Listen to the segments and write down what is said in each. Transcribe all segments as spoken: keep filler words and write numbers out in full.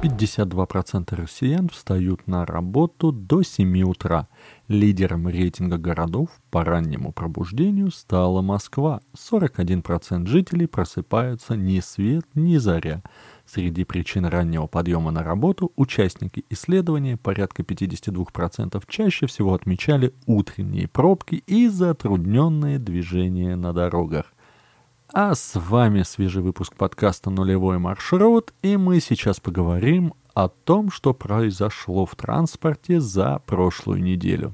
пятьдесят два процента россиян встают на работу до семи утра. Лидером рейтинга городов по раннему пробуждению стала Москва. сорок один процент жителей просыпаются ни свет, ни заря. Среди причин раннего подъема на работу участники исследования, порядка пятьдесят два процента, чаще всего отмечали утренние пробки и затрудненные движения на дорогах. А с вами свежий выпуск подкаста «Нулевой маршрут», и мы сейчас поговорим о том, что произошло в транспорте за прошлую неделю.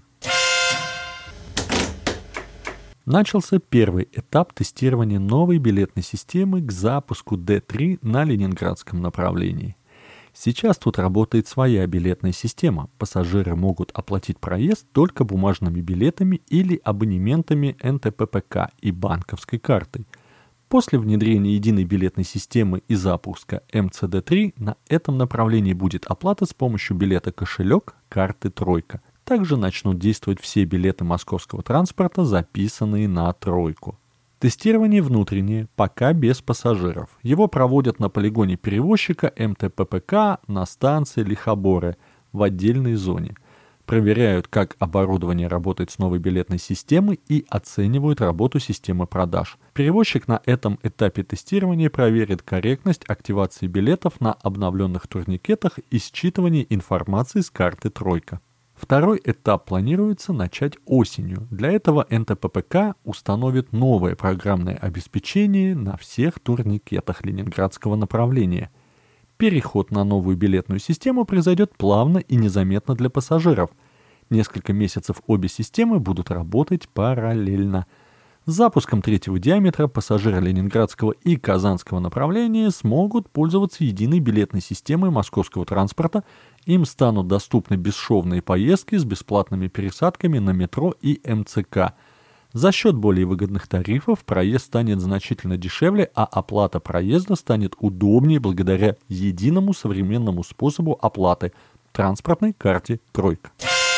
Начался первый этап тестирования новой билетной системы к запуску дэ три на ленинградском направлении. Сейчас тут работает своя билетная система. Пассажиры могут оплатить проезд только бумажными билетами или абонементами эн тэ пэ пэ ка и банковской картой. После внедрения единой билетной системы и запуска эм цэ дэ три на этом направлении будет оплата с помощью билета кошелек карты «Тройка». Также начнут действовать все билеты московского транспорта, записанные на «Тройку». Тестирование внутреннее, пока без пассажиров. Его проводят на полигоне перевозчика эм тэ пэ пэ ка на станции Лихоборы в отдельной зоне. Проверяют, как оборудование работает с новой билетной системой и оценивают работу системы продаж. Перевозчик на этом этапе тестирования проверит корректность активации билетов на обновленных турникетах и считывание информации с карты «Тройка». Второй этап планируется начать осенью. Для этого эн тэ пэ пэ ка установит новое программное обеспечение на всех турникетах ленинградского направления. Переход на новую билетную систему произойдет плавно и незаметно для пассажиров. Несколько месяцев обе системы будут работать параллельно. С запуском третьего диаметра пассажиры ленинградского и казанского направления смогут пользоваться единой билетной системой московского транспорта. Им станут доступны бесшовные поездки с бесплатными пересадками на метро и эм цэ ка. За счет более выгодных тарифов проезд станет значительно дешевле, а оплата проезда станет удобнее благодаря единому современному способу оплаты – транспортной карте «Тройка».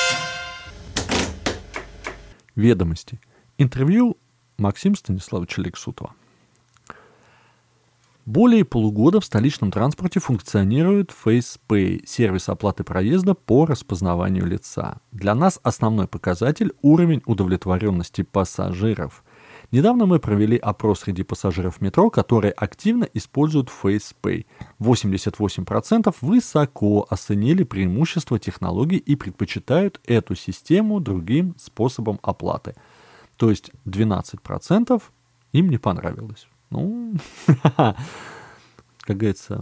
Ведомости. Интервью Максима Станиславовича Лексутова. Более полугода в столичном транспорте функционирует FacePay – сервис оплаты проезда по распознаванию лица. Для нас основной показатель – уровень удовлетворенности пассажиров. Недавно мы провели опрос среди пассажиров метро, которые активно используют FacePay. восемьдесят восемь процентов высоко оценили преимущества технологий и предпочитают эту систему другим способам оплаты. То есть двенадцать процентов им не понравилось. Ну, как говорится,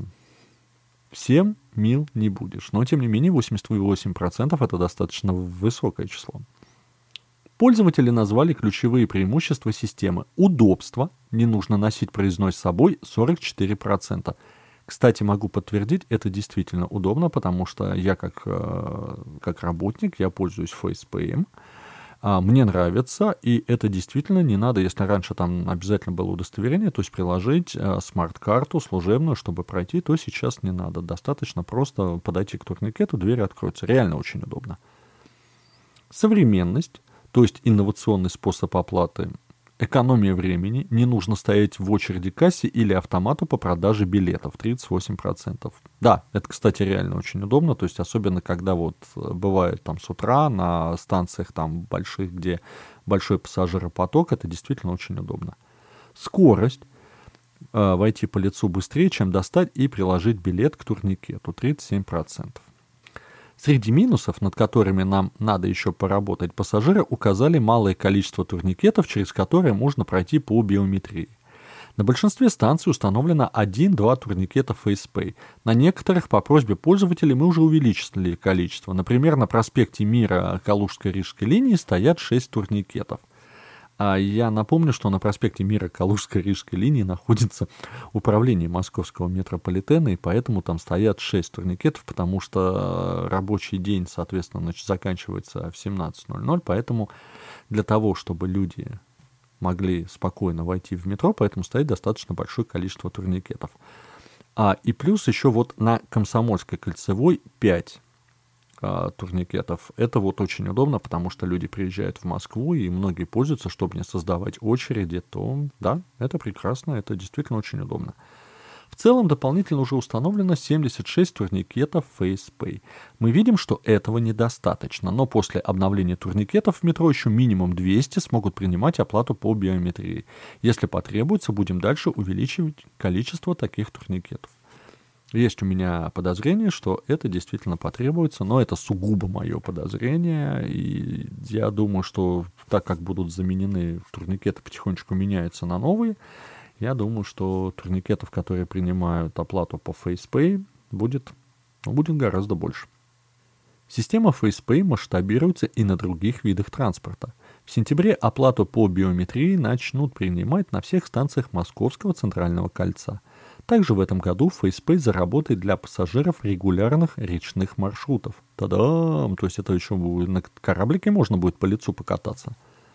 всем мил не будешь. Но, тем не менее, восемьдесят восемь процентов это достаточно высокое число. Пользователи назвали ключевые преимущества системы. Удобство, не нужно носить проездной с собой, сорок четыре процента. Кстати, могу подтвердить, это действительно удобно, потому что я как, как работник, я пользуюсь FacePay. Мне нравится, и это действительно не надо, если раньше там обязательно было удостоверение, то есть приложить э, смарт-карту служебную, чтобы пройти, то сейчас не надо. Достаточно просто подойти к турникету, двери откроются. Реально очень удобно. Современность, то есть инновационный способ оплаты. Экономия времени, не нужно стоять в очереди к кассе или автомату по продаже билетов, тридцать восемь процентов. Да, это, кстати, реально очень удобно, то есть особенно когда вот бывает там с утра на станциях там больших, где большой пассажиропоток, это действительно очень удобно. Скорость, э, войти по лицу быстрее, чем достать и приложить билет к турникету, тридцать семь процентов. Среди минусов, над которыми нам надо еще поработать, пассажиры указали малое количество турникетов, через которые можно пройти по биометрии. На большинстве станций установлено один-два турникета FacePay. На некоторых по просьбе пользователей мы уже увеличили количество. Например, на проспекте Мира Калужско-Рижской линии стоят шесть турникетов. А я напомню, что на проспекте Мира Калужско-Рижской линии находится управление московского метрополитена, и поэтому там стоят шесть турникетов, потому что рабочий день, соответственно, значит, заканчивается в семнадцать ноль ноль, поэтому для того, чтобы люди могли спокойно войти в метро, поэтому стоит достаточно большое количество турникетов. А, и плюс еще вот на Комсомольской кольцевой пять турникетов. Это вот очень удобно, потому что люди приезжают в Москву, и многие пользуются, чтобы не создавать очереди, то да, это прекрасно, это действительно очень удобно. В целом дополнительно уже установлено семьдесят шесть турникетов FacePay. Мы видим, что этого недостаточно, но после обновления турникетов в метро еще минимум двести смогут принимать оплату по биометрии. Если потребуется, будем дальше увеличивать количество таких турникетов. Есть у меня подозрение, что это действительно потребуется, но это сугубо мое подозрение, и я думаю, что так как будут заменены, турникеты потихонечку меняются на новые, я думаю, что турникетов, которые принимают оплату по FacePay, будет, ну, будет гораздо больше. Система FacePay масштабируется и на других видах транспорта. В сентябре оплату по биометрии начнут принимать на всех станциях Московского центрального кольца. Также в этом году FacePay заработает для пассажиров регулярных речных маршрутов. Та-дам! То есть это еще на кораблике можно будет по лицу покататься.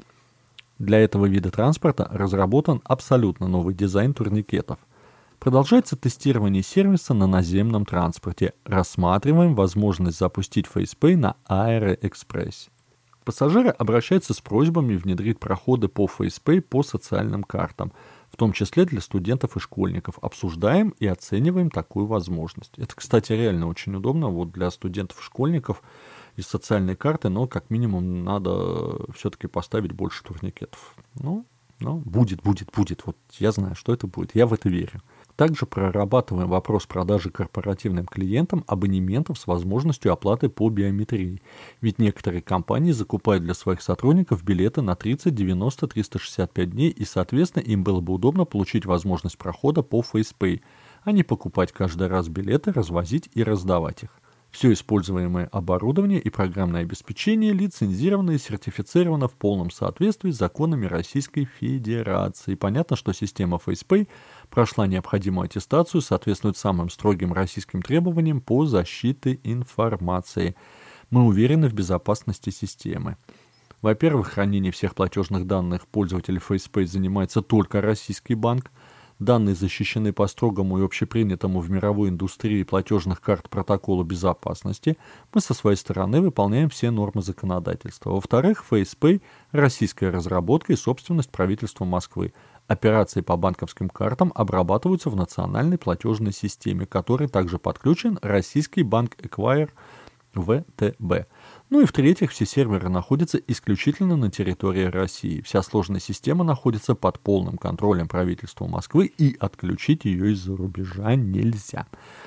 Для этого вида транспорта разработан абсолютно новый дизайн турникетов. Продолжается тестирование сервиса на наземном транспорте. Рассматриваем возможность запустить FacePay на Аэроэкспрессе. Пассажиры обращаются с просьбами внедрить проходы по FacePay по социальным картам, в том числе для студентов и школьников. Обсуждаем и оцениваем такую возможность. Это, кстати, реально очень удобно вот для студентов и школьников из социальной карты, но как минимум надо все-таки поставить больше турникетов. Ну, ну, будет, будет, будет. Вот я знаю, что это будет. Я в это верю. Также прорабатываем вопрос продажи корпоративным клиентам абонементов с возможностью оплаты по биометрии. Ведь некоторые компании закупают для своих сотрудников билеты на тридцать, девяносто, триста шестьдесят пять дней, и, соответственно, им было бы удобно получить возможность прохода по FacePay, а не покупать каждый раз билеты, развозить и раздавать их. Все используемое оборудование и программное обеспечение лицензировано и сертифицировано в полном соответствии с законами Российской Федерации. Понятно, что система FacePay прошла необходимую аттестацию, соответствует самым строгим российским требованиям по защите информации. Мы уверены в безопасности системы. Во-первых, хранение всех платежных данных пользователей FacePay занимается только российский банк. Данные защищены по строгому и общепринятому в мировой индустрии платежных карт протоколу безопасности. Мы со своей стороны выполняем все нормы законодательства. Во-вторых, FacePay – российская разработка и собственность правительства Москвы. Операции по банковским картам обрабатываются в национальной платежной системе, к которой также подключен российский банк Эквайр вэ тэ бэ. Ну и в-третьих, все серверы находятся исключительно на территории России. Вся сложная система находится под полным контролем правительства Москвы, и отключить ее из-за рубежа нельзя.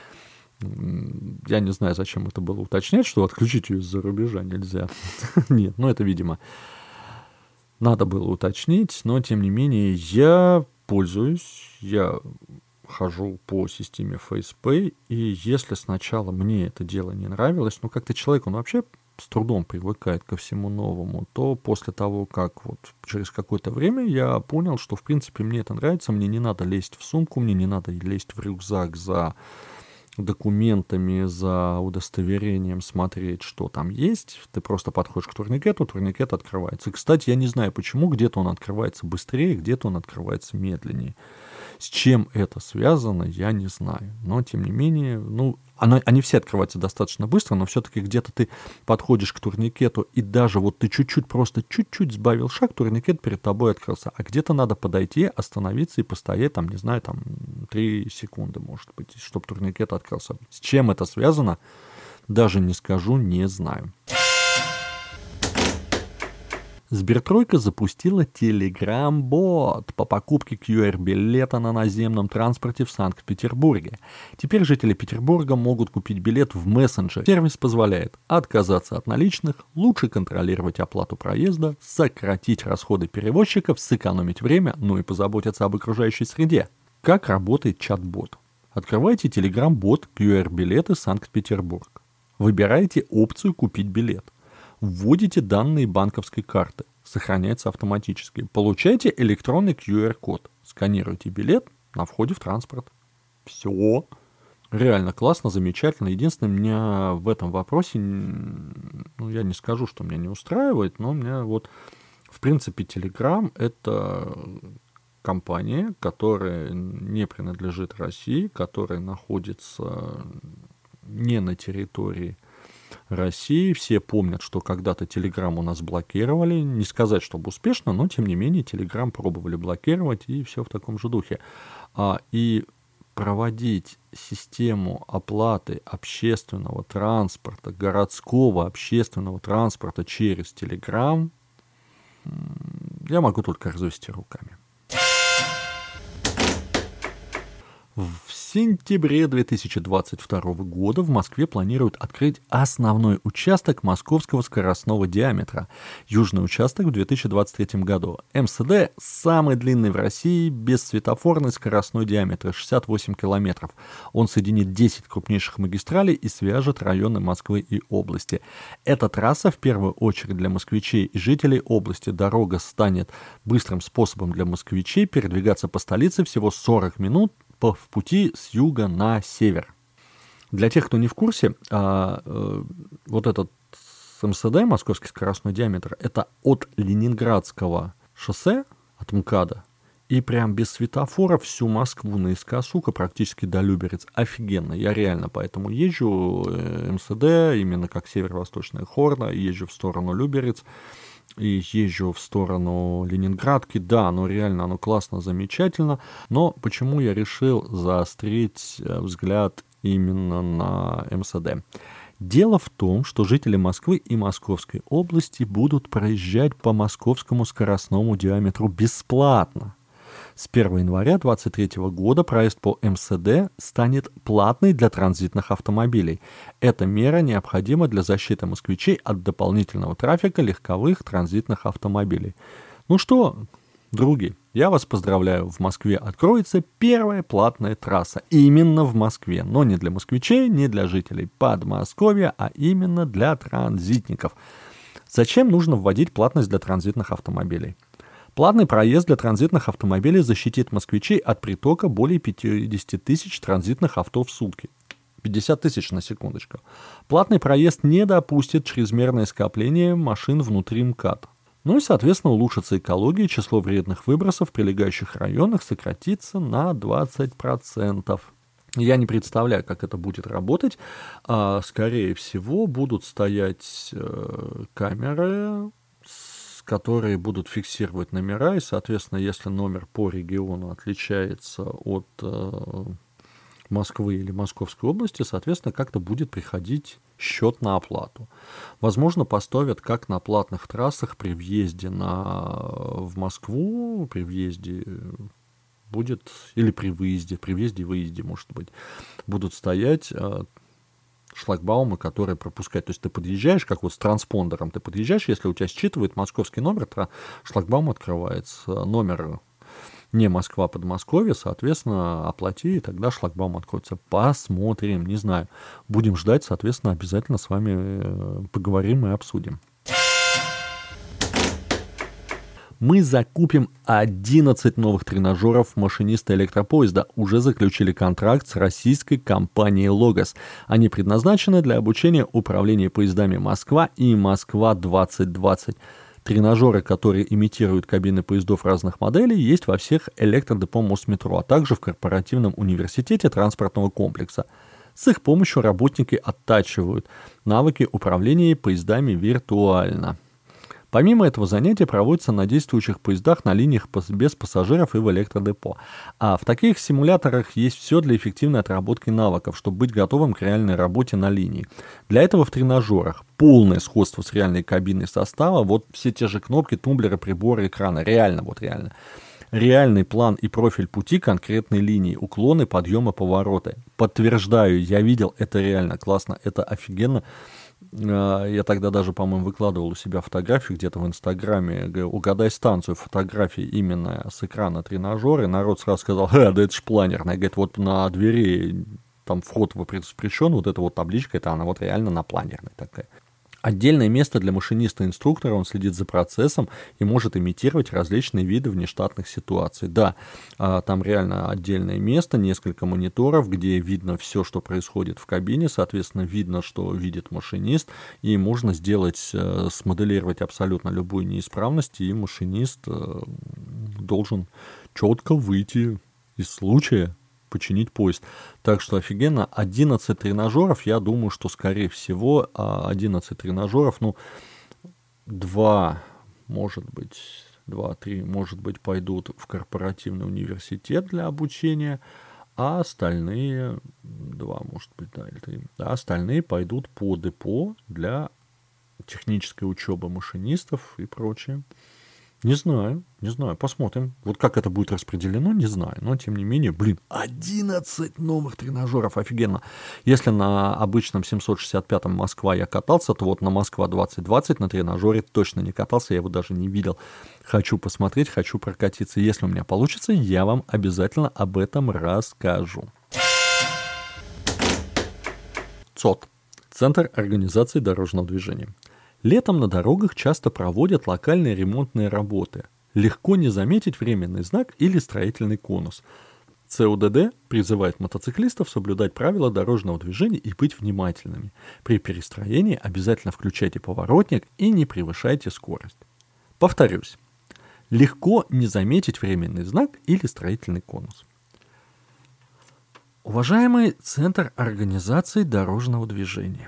Я не знаю, зачем это было уточнять, что отключить ее из-за рубежа нельзя. Нет, ну это, видимо, надо было уточнить, но тем не менее я пользуюсь, я хожу по системе FacePay, и если сначала мне это дело не нравилось, ну как-то человек, он вообще с трудом привыкает ко всему новому, то после того, как вот через какое-то время я понял, что в принципе мне это нравится, мне не надо лезть в сумку, мне не надо лезть в рюкзак за документами, за удостоверением, смотреть, что там есть. Ты просто подходишь к турникету, турникет открывается. И, кстати, я не знаю почему, где-то он открывается быстрее, где-то он открывается медленнее. С чем это связано, я не знаю. Но, тем не менее, ну, оно, они все открываются достаточно быстро, но все-таки где-то ты подходишь к турникету, и даже вот ты чуть-чуть, просто чуть-чуть сбавил шаг, турникет перед тобой открылся. А где-то надо подойти, остановиться и постоять, там, не знаю, там, три секунды, может быть, чтобы турникет открылся. С чем это связано, даже не скажу, не знаю. Сбертройка запустила Telegram-бот по покупке ку ар-билета на наземном транспорте в Санкт-Петербурге. Теперь жители Петербурга могут купить билет в мессенджере. Сервис позволяет отказаться от наличных, лучше контролировать оплату проезда, сократить расходы перевозчиков, сэкономить время, ну и позаботиться об окружающей среде. Как работает чат-бот? Открывайте Telegram-бот ку ар-билеты Санкт-Петербург. Выбираете опцию «Купить билет». Вводите данные банковской карты, сохраняется автоматически. Получаете электронный ку ар-код, сканируете билет на входе в транспорт. Все. Реально классно, замечательно. Единственное, меня в этом вопросе, ну, я не скажу, что меня не устраивает, но меня вот, в принципе, Telegram — это компания, которая не принадлежит России, которая находится не на территории России. Все помнят, что когда-то Telegram у нас блокировали. Не сказать, чтобы успешно, но тем не менее Telegram пробовали блокировать, и все в таком же духе. А, и проводить систему оплаты общественного транспорта, городского общественного транспорта через Telegram, я могу только развести руками. В сентябре две тысячи двадцать второго года в Москве планируют открыть основной участок московского скоростного диаметра. Южный участок в две тысячи двадцать третьем году. МСД самый длинный в России бессветофорный скоростной диаметр шестьдесят восемь километров. Он соединит десять крупнейших магистралей и свяжет районы Москвы и области. Эта трасса в первую очередь для москвичей и жителей области. Дорога станет быстрым способом для москвичей передвигаться по столице всего сорок минут в пути с юга на север. Для тех, кто не в курсе, а, а, вот этот МСД, московский скоростной диаметр, это от Ленинградского шоссе, от МКАДа, и прям без светофора всю Москву наискосука, практически до Люберец. Офигенно. Я реально поэтому езжу МСД, именно как северо-восточная Хорна, езжу в сторону Люберец, и езжу в сторону Ленинградки. Да, оно реально, оно классно, замечательно. Но почему я решил заострить взгляд именно на МСД? Дело в том, что жители Москвы и Московской области будут проезжать по московскому скоростному диаметру бесплатно. С первого января две тысячи двадцать третьего года проезд по МСД станет платный для транзитных автомобилей. Эта мера необходима для защиты москвичей от дополнительного трафика легковых транзитных автомобилей. Ну что, други, я вас поздравляю, в Москве откроется первая платная трасса. Именно в Москве, но не для москвичей, не для жителей Подмосковья, а именно для транзитников. Зачем нужно вводить платность для транзитных автомобилей? Платный проезд для транзитных автомобилей защитит москвичей от притока более пятьдесят тысяч транзитных авто в сутки. пятьдесят тысяч на секундочку. Платный проезд не допустит чрезмерное скопление машин внутри МКАД. Ну и, соответственно, улучшится экология, число вредных выбросов в прилегающих районах сократится на двадцать процентов. Я не представляю, как это будет работать. А, скорее всего, будут стоять э, камеры, которые будут фиксировать номера, и, соответственно, если номер по региону отличается от э, Москвы или Московской области, соответственно, как-то будет приходить счет на оплату. Возможно, поставят как на платных трассах при въезде на, в Москву, при въезде будет, или при выезде, при въезде и выезде, может быть, будут стоять э, шлагбаумы, которые пропускают. То есть ты подъезжаешь, как вот с транспондером, ты подъезжаешь, если у тебя считывает московский номер, то шлагбаум открывается. Номер не Москва, Подмосковье, соответственно, оплати, и тогда шлагбаум откроется. Посмотрим, не знаю. Будем ждать, соответственно, обязательно с вами поговорим и обсудим. Мы закупим одиннадцать новых тренажеров машиниста электропоезда. Уже заключили контракт с российской компанией «Логос». Они предназначены для обучения управления поездами «Москва» и «Москва двадцать двадцать». Тренажеры, которые имитируют кабины поездов разных моделей, есть во всех электродепо Мосметро, а также в корпоративном университете транспортного комплекса. С их помощью работники оттачивают навыки управления поездами виртуально. Помимо этого занятия проводятся на действующих поездах на линиях без пассажиров и в электродепо. А в таких симуляторах есть все для эффективной отработки навыков, чтобы быть готовым к реальной работе на линии. Для этого в тренажерах полное сходство с реальной кабиной состава, вот все те же кнопки, тумблеры, приборы, экраны. Реально, вот реально. Реальный план и профиль пути конкретной линии, уклоны, подъемы, повороты. Подтверждаю, я видел, это реально классно, это офигенно. Я тогда даже, по-моему, выкладывал у себя фотографию где-то в Инстаграме. Говорю, угадай станцию фотографии именно с экрана тренажера. И народ сразу сказал, э, да это ж планерная. Говорит, вот на двери там вход воспрещен, вот эта вот табличка, это она вот реально на планерной такая. Отдельное место для машиниста-инструктора, он следит за процессом и может имитировать различные виды внештатных ситуаций. Да, там реально отдельное место, несколько мониторов, где видно все, что происходит в кабине, соответственно, видно, что видит машинист, и можно сделать, смоделировать абсолютно любую неисправность, и машинист должен четко выйти из случая, починить поезд. Так что офигенно. одиннадцать тренажеров, я думаю, что, скорее всего, одиннадцать тренажеров, ну, два, может быть, два-три, может быть, пойдут в корпоративный университет для обучения, а остальные, два, может быть, да, или три, да, остальные пойдут по депо для технической учебы машинистов и прочее. Не знаю, не знаю, посмотрим. Вот как это будет распределено, не знаю. Но, тем не менее, блин, одиннадцать новых тренажеров, офигенно. Если на обычном семьсот шестьдесят пятом Москва я катался, то вот на Москва двадцать двадцать на тренажере точно не катался, я его даже не видел. Хочу посмотреть, хочу прокатиться. Если у меня получится, я вам обязательно об этом расскажу. ЦОД. Центр организации дорожного движения. Летом на дорогах часто проводят локальные ремонтные работы. Легко не заметить временный знак или строительный конус. ЦУДД призывает мотоциклистов соблюдать правила дорожного движения и быть внимательными. При перестроении обязательно включайте поворотник и не превышайте скорость. Повторюсь. Легко не заметить временный знак или строительный конус. Уважаемый Центр организации дорожного движения.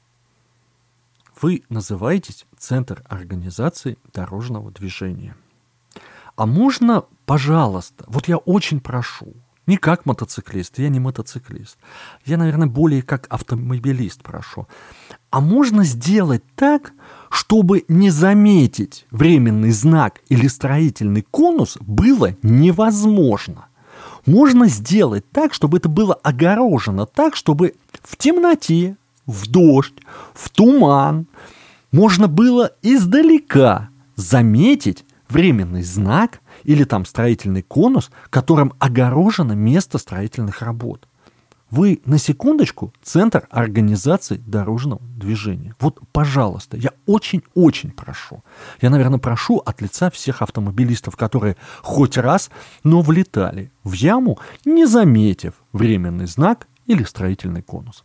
Вы называетесь Центр организации дорожного движения. А можно, пожалуйста, вот я очень прошу, не как мотоциклист, я не мотоциклист, я, наверное, более как автомобилист прошу, а можно сделать так, чтобы не заметить временный знак или строительный конус было невозможно. Можно сделать так, чтобы это было огорожено так, чтобы в темноте, в дождь, в туман можно было издалека заметить временный знак или там строительный конус, которым огорожено место строительных работ. Вы на секундочку Центр организации дорожного движения. Вот, пожалуйста, я очень-очень прошу. Я, наверное, прошу от лица всех автомобилистов, которые хоть раз, но влетали в яму, не заметив временный знак или строительный конус.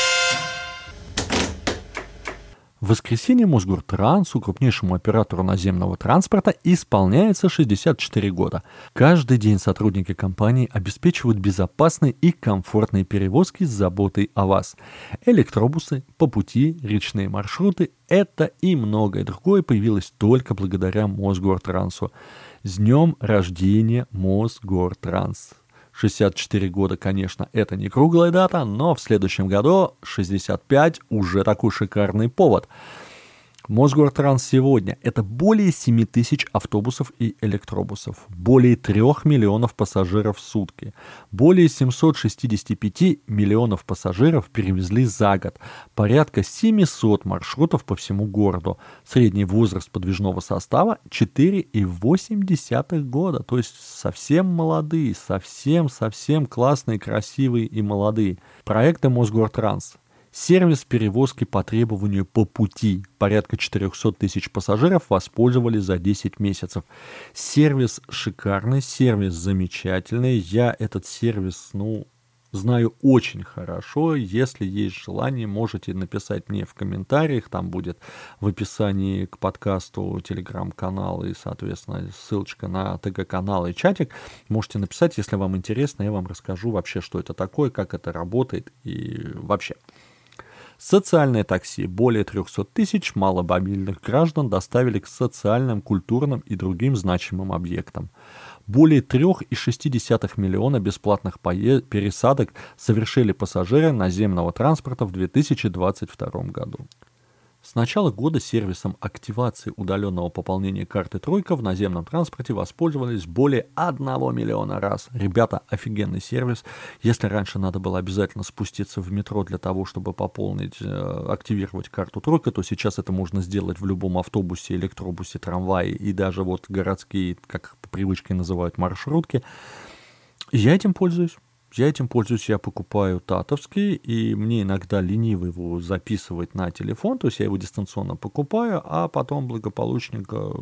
В воскресенье Мосгортрансу, крупнейшему оператору наземного транспорта, исполняется шестьдесят четыре года. Каждый день сотрудники компании обеспечивают безопасные и комфортные перевозки с заботой о вас. Электробусы, по пути, речные маршруты – это и многое другое появилось только благодаря Мосгортрансу. С днем рождения, Мосгортранс! шестьдесят четыре года, конечно, это не круглая дата, но в следующем году шестьдесят пять уже такой шикарный повод. Мосгортранс сегодня – это более семи тысяч автобусов и электробусов, более трех миллионов пассажиров в сутки, более семьсот шестьдесят пять миллионов пассажиров перевезли за год, порядка семьсот маршрутов по всему городу. Средний возраст подвижного состава – четыре и восемь десятых года, то есть совсем молодые, совсем-совсем классные, красивые и молодые. Проекты Мосгортранс. Сервис перевозки по требованию по пути. Порядка четыреста тысяч пассажиров воспользовались за десять месяцев. Сервис шикарный, сервис замечательный. Я этот сервис, ну, знаю очень хорошо. Если есть желание, можете написать мне в комментариях. Там будет в описании к подкасту телеграм-канал и, соответственно, ссылочка на ТГ-канал и чатик. Можете написать, если вам интересно, я вам расскажу вообще, что это такое, как это работает и вообще. Социальное такси. Более трехсот тысяч маломобильных граждан доставили к социальным, культурным и другим значимым объектам. Более три и шесть десятых миллиона бесплатных пое- пересадок совершили пассажиры наземного транспорта в две тысячи двадцать втором году. С начала года сервисом активации удаленного пополнения карты «Тройка» в наземном транспорте воспользовались более одного миллиона раз. Ребята, офигенный сервис. Если раньше надо было обязательно спуститься в метро для того, чтобы пополнить, э, активировать карту «Тройка», то сейчас это можно сделать в любом автобусе, электробусе, трамвае и даже вот городские, как по привычке называют, маршрутки. Я этим пользуюсь. Я этим пользуюсь, я покупаю татовский, и мне иногда лениво его записывать на телефон, то есть я его дистанционно покупаю, а потом благополучненько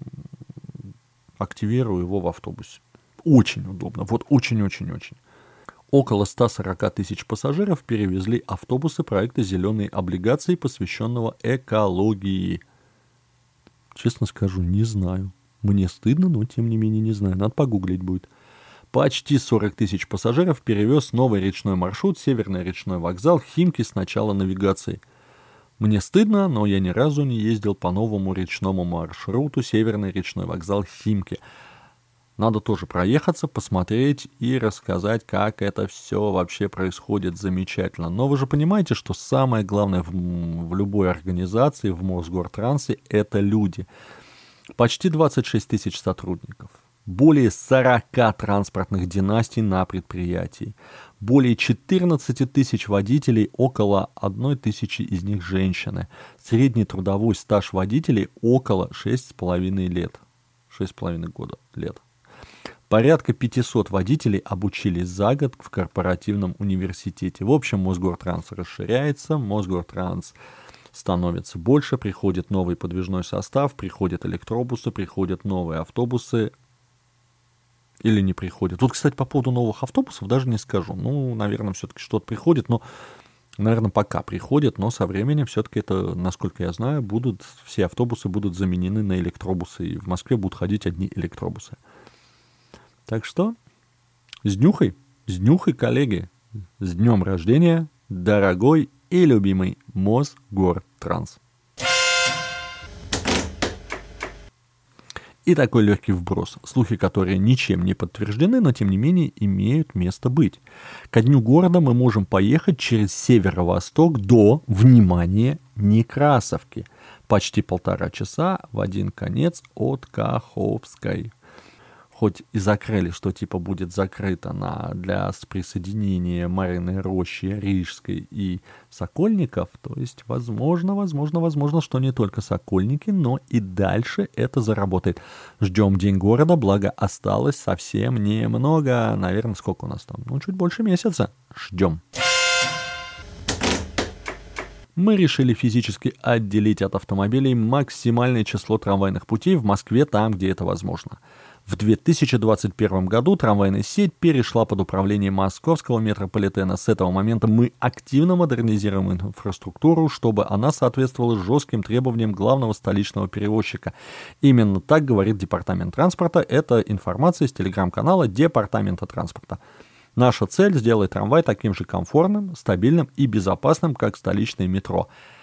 активирую его в автобусе. Очень удобно, вот очень-очень-очень. Около ста сорока тысяч пассажиров перевезли автобусы проекта «Зеленые облигации», посвященного экологии. Честно скажу, не знаю. Мне стыдно, но тем не менее не знаю, надо погуглить будет. Почти сорок тысяч пассажиров перевез новый речной маршрут Северный речной вокзал Химки с начала навигации. Мне стыдно, но я ни разу не ездил по новому речному маршруту Северный речной вокзал Химки. Надо тоже проехаться, посмотреть и рассказать, как это все вообще происходит замечательно. Но вы же понимаете, что самое главное в, в любой организации, в Мосгортрансе, это люди. Почти двадцать шесть тысяч сотрудников. Более сорок транспортных династий на предприятии. Более четырнадцать тысяч водителей, около одной тысячи из них женщины. Средний трудовой стаж водителей около шесть с половиной лет. шесть с половиной года лет. Порядка пятьсот водителей обучились за год в корпоративном университете. В общем, Мосгортранс расширяется, Мосгортранс становится больше, приходит новый подвижной состав, приходят электробусы, приходят новые автобусы. Или не приходит. Тут, кстати, по поводу новых автобусов даже не скажу. Ну, наверное, все-таки что-то приходит, но, наверное, пока приходит, но со временем все-таки это, насколько я знаю, будут, все автобусы будут заменены на электробусы, и в Москве будут ходить одни электробусы. Так что, с днюхой, с днюхой, коллеги, с днем рождения, дорогой и любимый Мосгортранс. И такой легкий вброс. Слухи, которые ничем не подтверждены, но тем не менее имеют место быть. Ко дню города мы можем поехать через северо-восток до, внимание, Некрасовки. Почти полтора часа в один конец от Каховской. Хоть и закрыли, что типа будет закрыто на, для присоединения Марьиной Рощи, Рижской и Сокольников, то есть возможно, возможно, возможно, что не только Сокольники, но и дальше это заработает. Ждем День города, благо осталось совсем немного, наверное, сколько у нас там? Ну, чуть больше месяца. Ждем. Мы решили физически отделить от автомобилей максимальное число трамвайных путей в Москве там, где это возможно. В две тысячи двадцать первом году трамвайная сеть перешла под управление московского метрополитена. С этого момента мы активно модернизируем инфраструктуру, чтобы она соответствовала жестким требованиям главного столичного перевозчика. Именно так говорит Департамент транспорта. Это информация из телеграм-канала Департамента транспорта. Наша цель — сделать трамвай таким же комфортным, стабильным и безопасным, как столичное метро.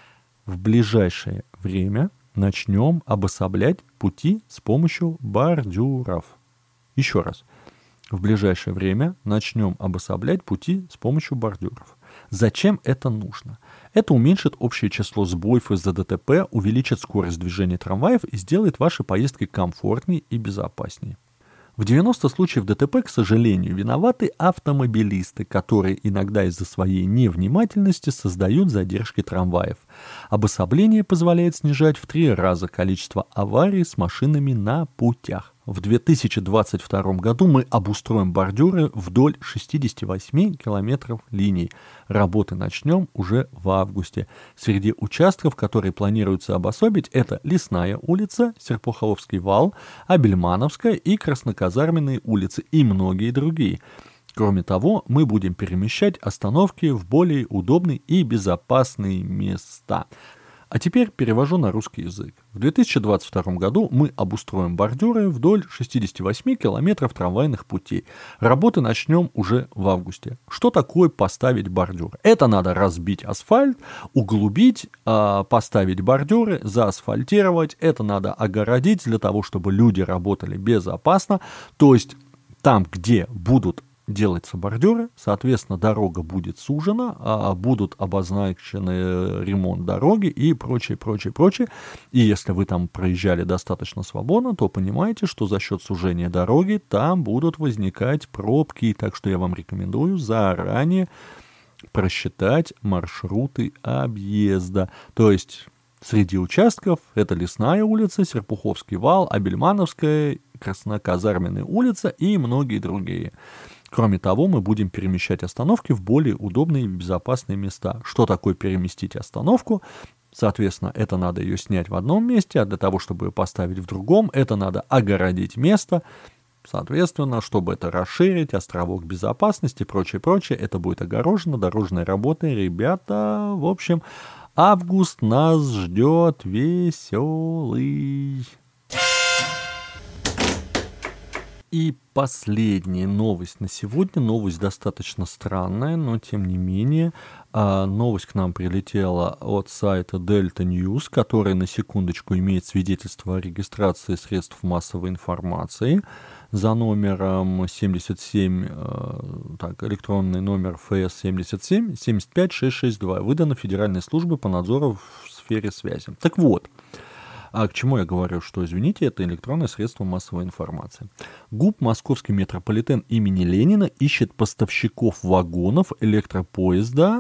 В ближайшее время начнем обособлять пути с помощью бордюров. Еще раз. В ближайшее время начнем обособлять пути с помощью бордюров. Зачем это нужно? Это уменьшит общее число сбоев из-за ДТП, увеличит скорость движения трамваев и сделает ваши поездки комфортнее и безопаснее. В девяноста случаях ДТП, к сожалению, виноваты автомобилисты, которые иногда из-за своей невнимательности создают задержки трамваев. Обособление позволяет снижать в три раза количество аварий с машинами на путях. В две тысячи двадцать втором году мы обустроим бордюры вдоль шестидесяти восьми километров линий. Работы начнем уже в августе. Среди участков, которые планируется обособить, это Лесная улица, Серпуховский вал, Абельмановская и Красноказарменные улицы и многие другие. Кроме того, мы будем перемещать остановки в более удобные и безопасные места. А теперь перевожу на русский язык. В две тысячи двадцать втором году мы обустроим бордюры вдоль шестидесяти восьми километров трамвайных путей. Работы начнем уже в августе. Что такое поставить бордюр? Это надо разбить асфальт, углубить, поставить бордюры, заасфальтировать. Это надо огородить для того, чтобы люди работали безопасно. То есть там, где будут делаются бордюры, соответственно, дорога будет сужена, а будут обозначены ремонт дороги и прочее, прочее, прочее. И если вы там проезжали достаточно свободно, то понимаете, что за счет сужения дороги там будут возникать пробки. Так что я вам рекомендую заранее просчитать маршруты объезда. То есть среди участков это Лесная улица, Серпуховский вал, Абельмановская, Красноказарменная улица и многие другие. Кроме того, мы будем перемещать остановки в более удобные и безопасные места. Что такое переместить остановку? Соответственно, это надо ее снять в одном месте, а для того, чтобы ее поставить в другом, это надо огородить место. Соответственно, чтобы это расширить, островок безопасности, прочее, прочее, это будет огорожено, дорожной работой. Ребята, в общем, август нас ждет веселый. И последняя новость на сегодня. Новость достаточно странная, но тем не менее. Новость к нам прилетела от сайта Delta News, который на секундочку имеет свидетельство о регистрации средств массовой информации. за номером семьдесят семь, так, электронный номер эф эс семьдесят семь семьдесят пять шестьсот шестьдесят два, выдано Федеральной службой по надзору в сфере связи. Так вот, а к чему я говорю, что, извините, это электронное средство массовой информации. ГУП «Московский метрополитен» имени Ленина ищет поставщиков вагонов электропоезда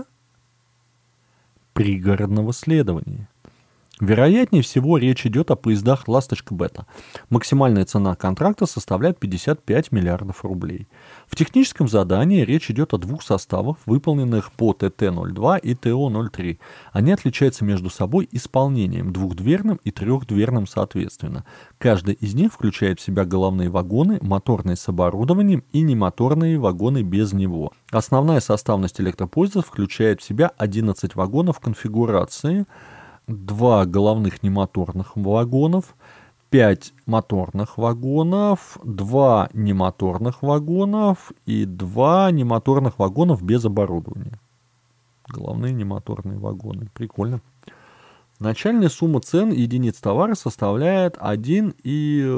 пригородного следования. Вероятнее всего, речь идет о поездах «Ласточка-Бета». Максимальная цена контракта составляет пятьдесят пять миллиардов рублей. В техническом задании речь идет о двух составах, выполненных по тэ тэ ноль два и тэ о ноль три. Они отличаются между собой исполнением, двухдверным и трехдверным соответственно. Каждый из них включает в себя головные вагоны, моторные с оборудованием и немоторные вагоны без него. Основная составность электропоезда включает в себя одиннадцать вагонов конфигурации, два головных немоторных вагонов, пять моторных вагонов, два немоторных вагонов и два немоторных вагонов без оборудования. Головные немоторные вагоны. Прикольно. Начальная сумма цен единиц товара составляет один и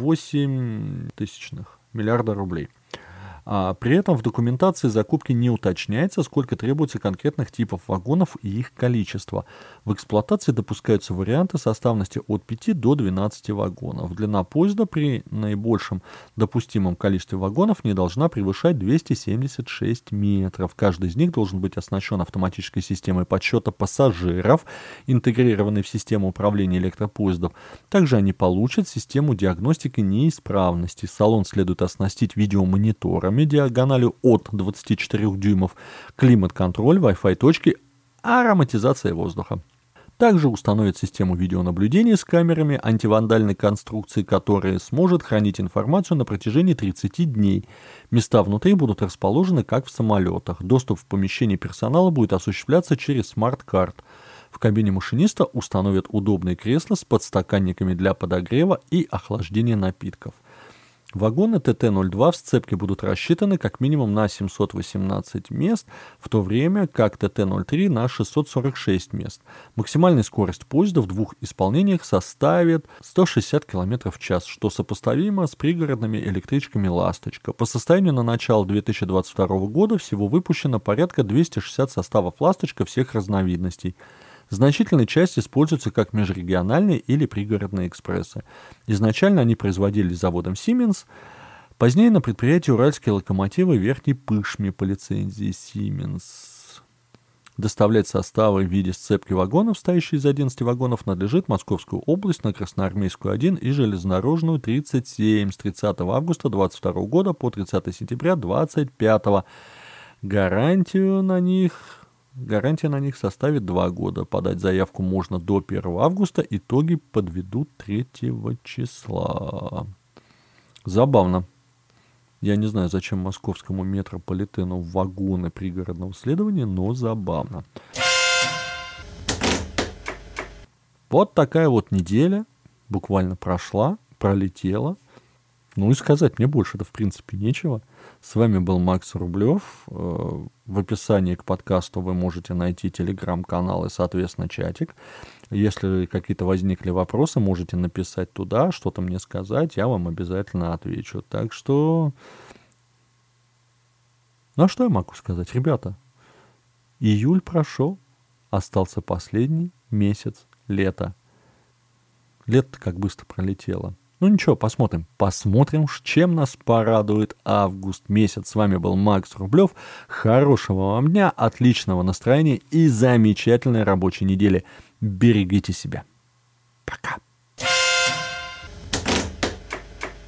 восемь десятых миллиарда рублей. А при этом в документации закупки не уточняется, сколько требуется конкретных типов вагонов и их количество. В эксплуатации допускаются варианты составности от пяти до двенадцати вагонов. Длина поезда при наибольшем допустимом количестве вагонов не должна превышать двести семьдесят шесть метров. Каждый из них должен быть оснащен автоматической системой подсчета пассажиров, интегрированной в систему управления электропоездов. Также они получат систему диагностики неисправности. Салон следует оснастить видеомониторами диагональю от двадцати четырёх дюймов, климат-контроль, Wi-Fi точки, ароматизация воздуха. Также установит систему видеонаблюдения с камерами антивандальной конструкции, которая сможет хранить информацию на протяжении тридцати дней. Места внутри будут расположены, как в самолетах. Доступ в помещение персонала будет осуществляться через смарт-карт. В кабине машиниста установят удобные кресла с подстаканниками для подогрева и охлаждения напитков. Вагоны тэ тэ ноль два в сцепке будут рассчитаны как минимум на семьсот восемнадцать мест, в то время как тэ тэ ноль три на шестьсот сорок шесть мест. Максимальная скорость поезда в двух исполнениях составит сто шестьдесят километров в час, что сопоставимо с пригородными электричками «Ласточка». По состоянию на начало две тысячи двадцать второго года всего выпущено порядка двухсот шестидесяти составов «Ласточка» всех разновидностей. Значительная часть используется как межрегиональные или пригородные экспрессы. Изначально они производились заводом Siemens, позднее на предприятии «Уральские локомотивы» Верхней Пышме по лицензии Siemens. Доставлять составы в виде сцепки вагонов, состоящие из одиннадцати вагонов, надлежит в Московскую область на Красноармейскую один и Железнодорожную тридцать семь с тридцатого августа двадцать второго года по тридцатое сентября двадцать пятого. Гарантию на них... Гарантия на них составит два года. Подать заявку можно до первого августа. Итоги подведут третьего числа. Забавно. Я не знаю, зачем московскому метрополитену вагоны пригородного следования, но забавно. Вот такая вот неделя буквально прошла, пролетела. Ну и сказать мне больше-то в принципе нечего. С вами был Макс Рублев. В описании к подкасту вы можете найти телеграм-канал и, соответственно, чатик. Если какие-то возникли вопросы, можете написать туда, что-то мне сказать, я вам обязательно отвечу. Так что... Ну а что я могу сказать? Ребята, июль прошел, остался последний месяц лета. Лето как быстро пролетело. Ну ничего, посмотрим. Посмотрим, чем нас порадует август месяц. С вами был Макс Рублев. Хорошего вам дня, отличного настроения и замечательной рабочей недели. Берегите себя. Пока.